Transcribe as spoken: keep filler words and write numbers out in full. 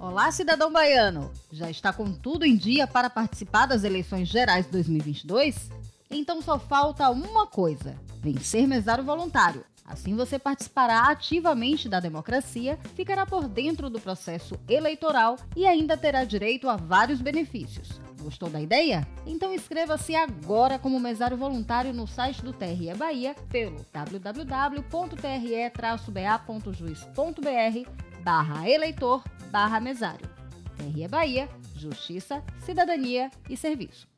Olá, cidadão baiano! Já está com tudo em dia para participar das eleições gerais de dois mil e vinte e dois? Então só falta uma coisa: vencer mesário voluntário. Assim você participará ativamente da democracia, ficará por dentro do processo eleitoral e ainda terá direito a vários benefícios. Gostou da ideia? Então inscreva-se agora como mesário voluntário no site do T R E Bahia pelo w w w ponto t r e traço b a ponto juiz ponto b r barra eleitor barra mesário. T R E Bahia, Justiça, Cidadania e Serviço.